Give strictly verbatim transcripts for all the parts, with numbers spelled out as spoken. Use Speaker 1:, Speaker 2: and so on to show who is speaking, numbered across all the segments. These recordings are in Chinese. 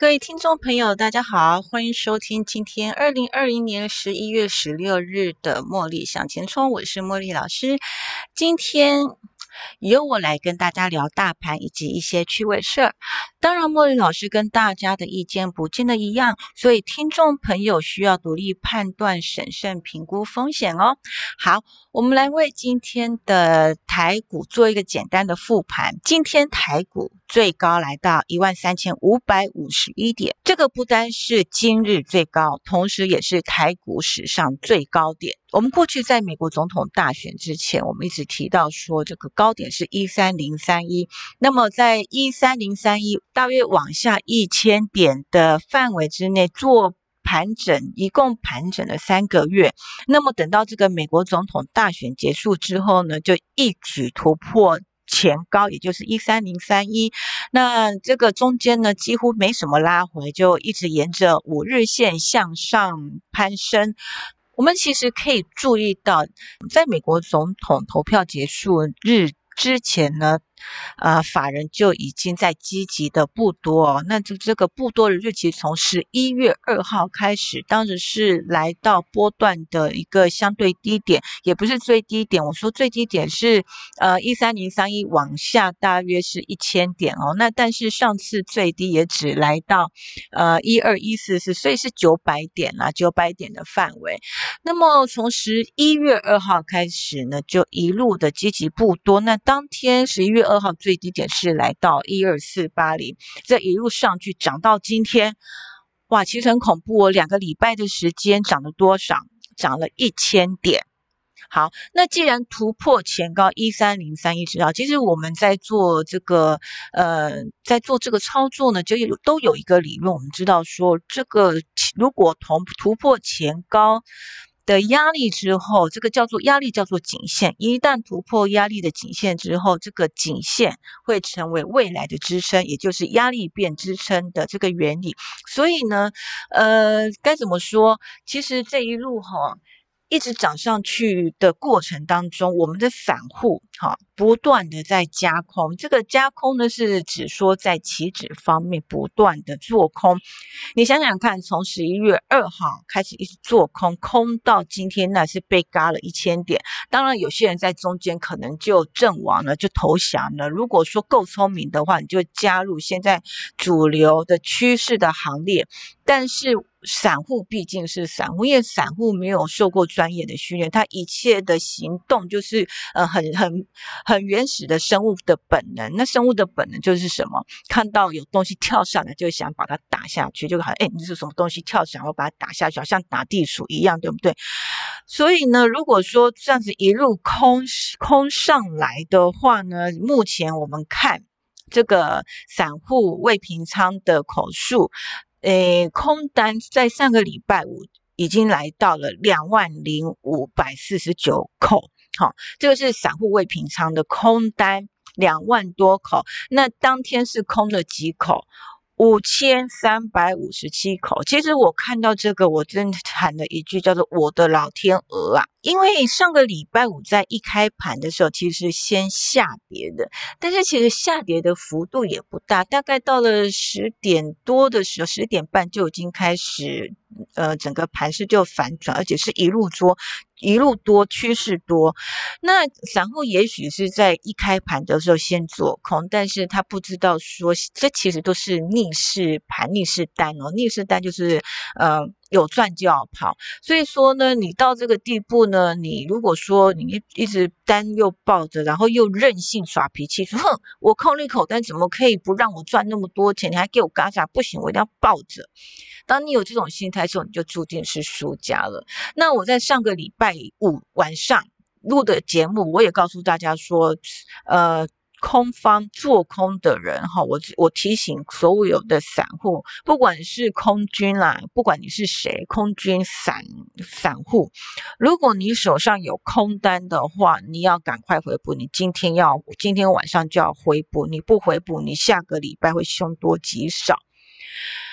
Speaker 1: 各位听众朋友，大家好，欢迎收听今天二零二零年十一月十六日的茉莉向前冲，我是茉莉老师。今天由我来跟大家聊大盘以及一些趣味事儿。当然，茉莉老师跟大家的意见不见得一样，所以听众朋友需要独立判断、审慎评估风险哦。好，我们来为今天的台股做一个简单的复盘。今天台股最高来到一万三千五百五十一点，这个不单是今日最高，同时也是台股史上最高点。我们过去在美国总统大选之前，我们一直提到说这个高点是一三零三一，那么在一三零三一大约往下一千点的范围之内做盘整，一共盘整了三个月。那么等到这个美国总统大选结束之后呢，就一举突破前高，也就是一三零三一。那这个中间呢几乎没什么拉回，就一直沿着五日线向上攀升。我们其实可以注意到，在美国总统投票结束日之前呢，呃，法人就已经在积极的布多哦。那这这个布多的日期从十一月二号开始，当时是来到波段的一个相对低点，也不是最低点。我说最低点是呃一三零三一往下大约是一千点哦。那但是上次最低也只来到呃一二一四四，所以是九百点啦，九百点的范围。那么从十一月二号开始呢，就一路的积极布多。那当天十一月二号最低点是来到一二四八零，这一路上去涨到今天，哇，其实很恐怖哦，两个礼拜的时间涨了多少？涨了一千点。好，那既然突破前高一三零三一之后，其实我们在做这个呃，在做这个操作呢，就有都有一个理论，我们知道说，这个如果同突破前高的压力之后，这个叫做压力叫做颈线，一旦突破压力的颈线之后，这个颈线会成为未来的支撑，也就是压力变支撑的这个原理。所以呢，呃，该怎么说？其实这一路哈。一直涨上去的过程当中，我们的散户哈不断的在加空，这个加空呢是指说在期指方面不断的做空。你想想看，从十一月二号开始一直做空，空到今天那是被嘎了一千点。当然有些人在中间可能就阵亡了，就投降了。如果说够聪明的话，你就加入现在主流的趋势的行列。但是散户毕竟是散户，因为散户没有受过专业的训练，他一切的行动就是呃很很很原始的生物的本能。那生物的本能就是什么？看到有东西跳上来，就想把它打下去，就好像哎，你是什么东西跳上来，我把它打下去，好像打地鼠一样，对不对？所以呢，如果说这样子一路空空上来的话呢，目前我们看这个散户未平仓的口数。诶，空单在上个礼拜五已经来到了两万零五百四十九口，好，这个是散户未平仓的空单两万多口，那当天是空了几口？五千三百五十七口。其实我看到这个，我真喊了一句叫做我的老天鹅啊！因为上个礼拜五在一开盘的时候，其实是先下跌的，但是其实下跌的幅度也不大，大概到了十点多的时候，十点半就已经开始，呃，整个盘势就反转，而且是一路多，一路多，趋势多。那散户也许是在一开盘的时候先做空，但是他不知道说，这其实都是逆势盘、逆势单哦，逆势单就是呃有赚就要跑。所以说呢，你到这个地步呢，你如果说你一直单又抱着，然后又任性耍脾气，说哼，我空了一口单，怎么可以不让我赚那么多钱？你还给我嘎啥？不行，我一定要抱着。当你有这种心态的时候，你就注定是输家了。那我在上个礼拜五晚上录的节目，我也告诉大家说，呃。空方做空的人哈，我我提醒所有的散户，不管是空军啦，不管你是谁，空军散散户，如果你手上有空单的话，你要赶快回补，你今天要今天晚上就要回补，你不回补，你下个礼拜会凶多吉少。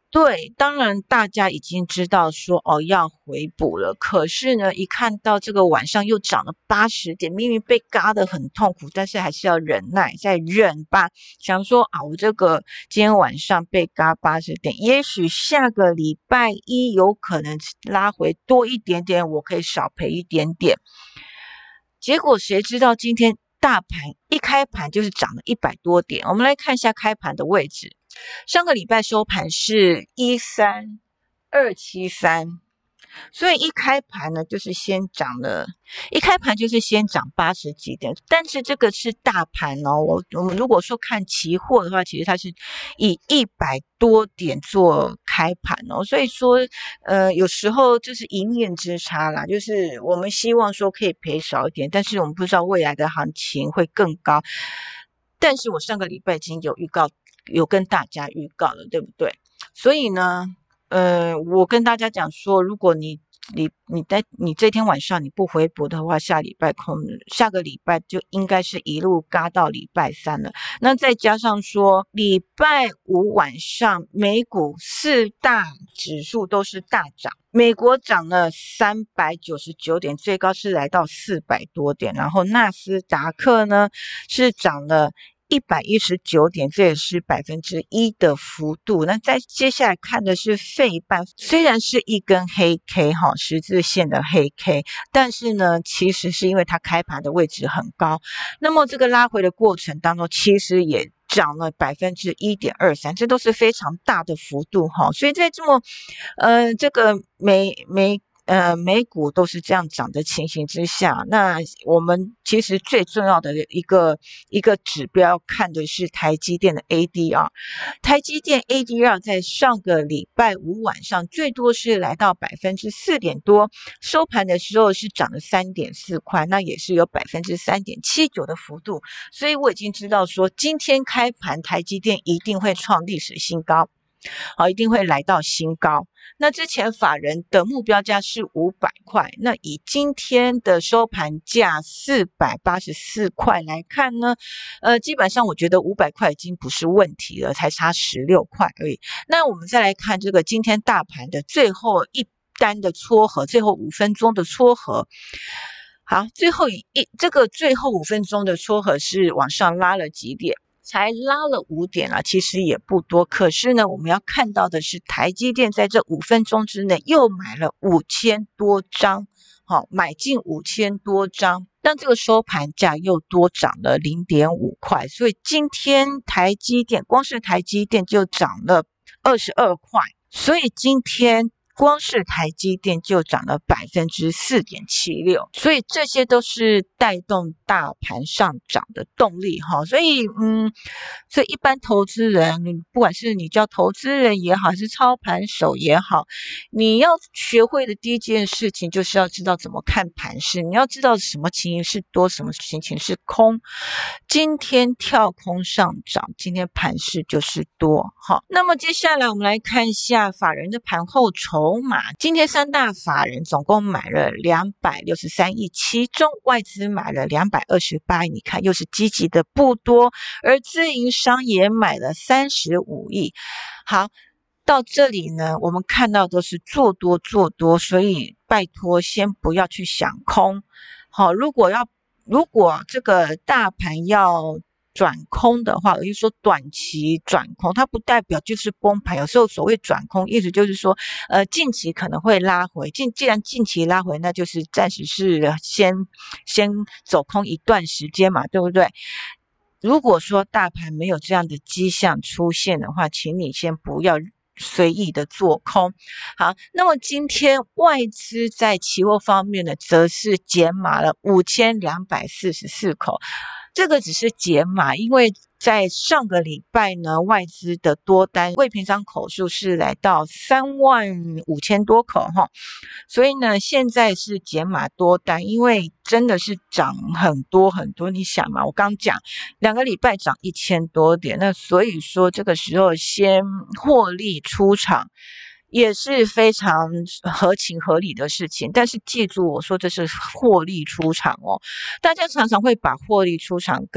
Speaker 1: 对，当然大家已经知道说哦要回补了，可是呢，一看到这个晚上又涨了八十点，明明被嘎得很痛苦，但是还是要忍耐，再忍吧。想说啊，我这个今天晚上被嘎八十点，也许下个礼拜一有可能拉回多一点点，我可以少赔一点点。结果谁知道今天大盘一开盘就是涨了一百多点，我们来看一下开盘的位置。上个礼拜收盘是一三二七三，所以一开盘呢，就是先涨了，一开盘就是先涨八十几点，但是这个是大盘哦。我我们如果说看期货的话，其实它是以一百多点做开盘哦，所以说呃有时候就是一念之差啦，就是我们希望说可以赔少一点，但是我们不知道未来的行情会更高。但是我上个礼拜已经有预告，有跟大家预告了，对不对？所以呢，呃，我跟大家讲说，如果你你你在你这天晚上你不回补的话，下礼拜空，下个礼拜就应该是一路嘎到礼拜三了。那再加上说，礼拜五晚上美股四大指数都是大涨，美国涨了三百九十九点，最高是来到四百多点，然后纳斯达克呢是涨了一百一十九点，这也是百分之一的幅度。那再接下来看的是费半，虽然是一根黑 K 哈，十字线的黑 K， 但是呢，其实是因为它开盘的位置很高，那么这个拉回的过程当中，其实也涨了百分之一点二三，这都是非常大的幅度哈。所以在这么呃这个美美。呃，美股都是这样涨的情形之下，那我们其实最重要的一个一个指标看的是台积电的 A D R。台积电 A D R 在上个礼拜五晚上最多是来到百分之四点多，收盘的时候是涨了三点四块，那也是有百分之三点七九的幅度。所以我已经知道说，今天开盘台积电一定会创历史新高。好，一定会来到新高。那之前法人的目标价是五百块，那以今天的收盘价四百八十四块来看呢，呃，基本上我觉得五百块已经不是问题了，才差十六块而已。那我们再来看这个今天大盘的最后一单的撮合，最后五分钟的撮合。好，最后一这个最后五分钟的撮合是往上拉了几点？才拉了五点啊，其实也不多。可是呢，我们要看到的是台积电在这五分钟之内又买了五千多张，好，买进五千多张，但这个收盘价又多涨了零点五块，所以今天台积电光是台积电就涨了二十二块，所以今天光是台积电就涨了百分之四点七六，所以这些都是带动大盘上涨的动力哈。所以嗯，所以一般投资人，不管是你叫投资人也好，还是操盘手也好，你要学会的第一件事情就是要知道怎么看盘势，你要知道什么情形是多，什么情形是空。今天跳空上涨，今天盘势就是多。好，那么接下来我们来看一下法人的盘后筹码。今天三大法人总共买了两百六十三亿，其中外资买了两百二十八亿，你看又是积极的不多，而自营商也买了三十五亿。好，到这里呢，我们看到都是做多做多，所以拜托先不要去想空。好，如果要如果这个大盘要转空的话，也就是说短期转空，它不代表就是崩盘。有时候所谓转空，意思就是说，呃，近期可能会拉回。近既然近期拉回，那就是暂时是先先走空一段时间嘛，对不对？如果说大盘没有这样的迹象出现的话，请你先不要随意的做空。好，那么今天外资在期货方面呢，则是减码了五千两百四十四口。这个只是减码，因为在上个礼拜呢，外资的多单未平仓口数是来到三万五千多口哈，所以呢，现在是减码多单，因为真的是涨很多很多。你想嘛，我刚讲两个礼拜涨一千多点，那所以说这个时候先获利出场也是非常合情合理的事情，但是记住我说这是获利出场哦，大家常常会把获利出场跟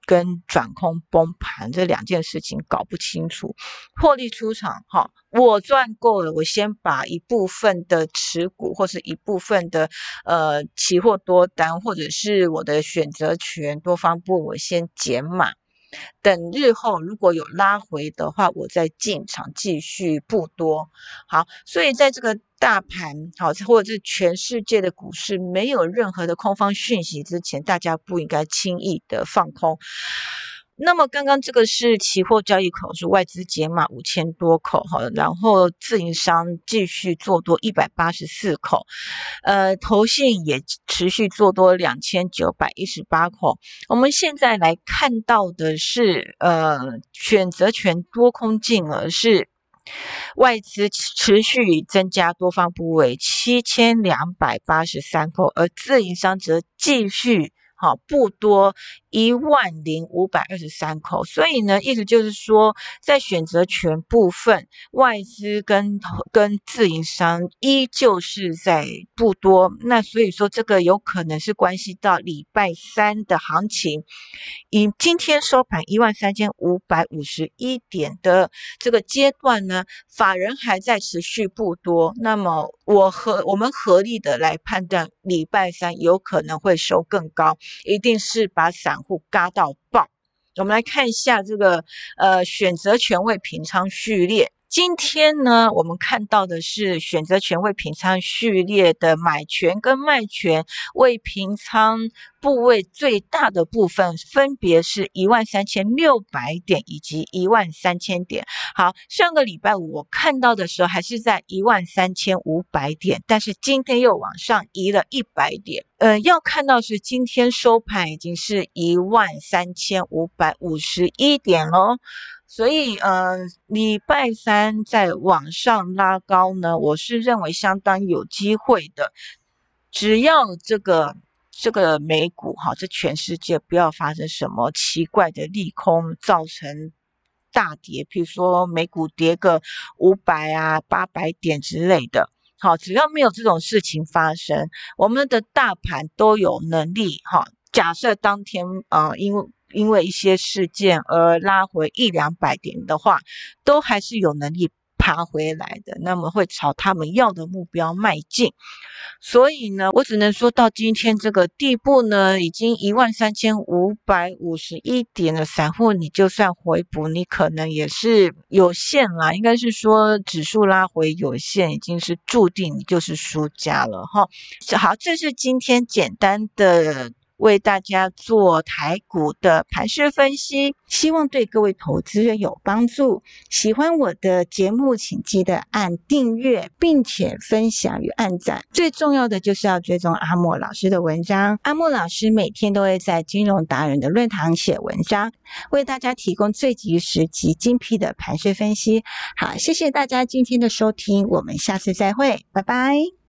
Speaker 1: 跟转空崩盘这两件事情搞不清楚，获利出场哈，我赚够了，我先把一部分的持股或是一部分的呃期货多单或者是我的选择权多方部我先减码，等日后如果有拉回的话，我再进场继续布多。好，所以在这个大盘好，或者是全世界的股市没有任何的空方讯息之前，大家不应该轻易的放空。那么刚刚这个是期货交易口，是外资减码五千多口哈，然后自营商继续做多一百八十四口，呃，投信也持续做多两千九百一十八口。我们现在来看到的是，呃，选择权多空净额是外资持续增加多方部位七千两百八十三口，而自营商则继续好不多一万零五百二十三口，所以呢，意思就是说，在选择权部分，外资跟跟自营商依旧是在不多，那所以说这个有可能是关系到礼拜三的行情。以今天收盘一万三千五百五十一点的这个阶段呢，法人还在持续不多，那么我和我们合力的来判断，礼拜三有可能会收更高。一定是把散户嘎到爆。我们来看一下这个呃选择权位平仓序列。今天呢，我们看到的是选择权位平仓序列的买权跟卖权未平仓部位最大的部分，分别是一万三千六百点以及一万三千点。好，上个礼拜五我看到的时候还是在一万三千五百点，但是今天又往上移了一百点。呃，要看到是今天收盘已经是一万三千五百五十一点咯。所以呃，礼拜三在往上拉高呢，我是认为相当有机会的。只要这个这个美股哈，这全世界不要发生什么奇怪的利空，造成大跌，譬如说美股跌个五百啊、八百点之类的。好，只要没有这种事情发生，我们的大盘都有能力哈。假设当天呃，因为因为一些事件而拉回一两百点的话，都还是有能力爬回来的，那么会朝他们要的目标迈进。所以呢，我只能说到今天这个地步呢，已经一万三千五百五十一点了，散户你就算回补，你可能也是有限啦，应该是说指数拉回有限，已经是注定你就是输家了哈。好，这是今天简单的为大家做台股的盘势分析，希望对各位投资人有帮助。喜欢我的节目，请记得按订阅，并且分享与按赞。最重要的就是要追踪阿莫老师的文章，阿莫老师每天都会在金融达人的论坛写文章，为大家提供最及时及精辟的盘势分析。好，谢谢大家今天的收听，我们下次再会，拜拜。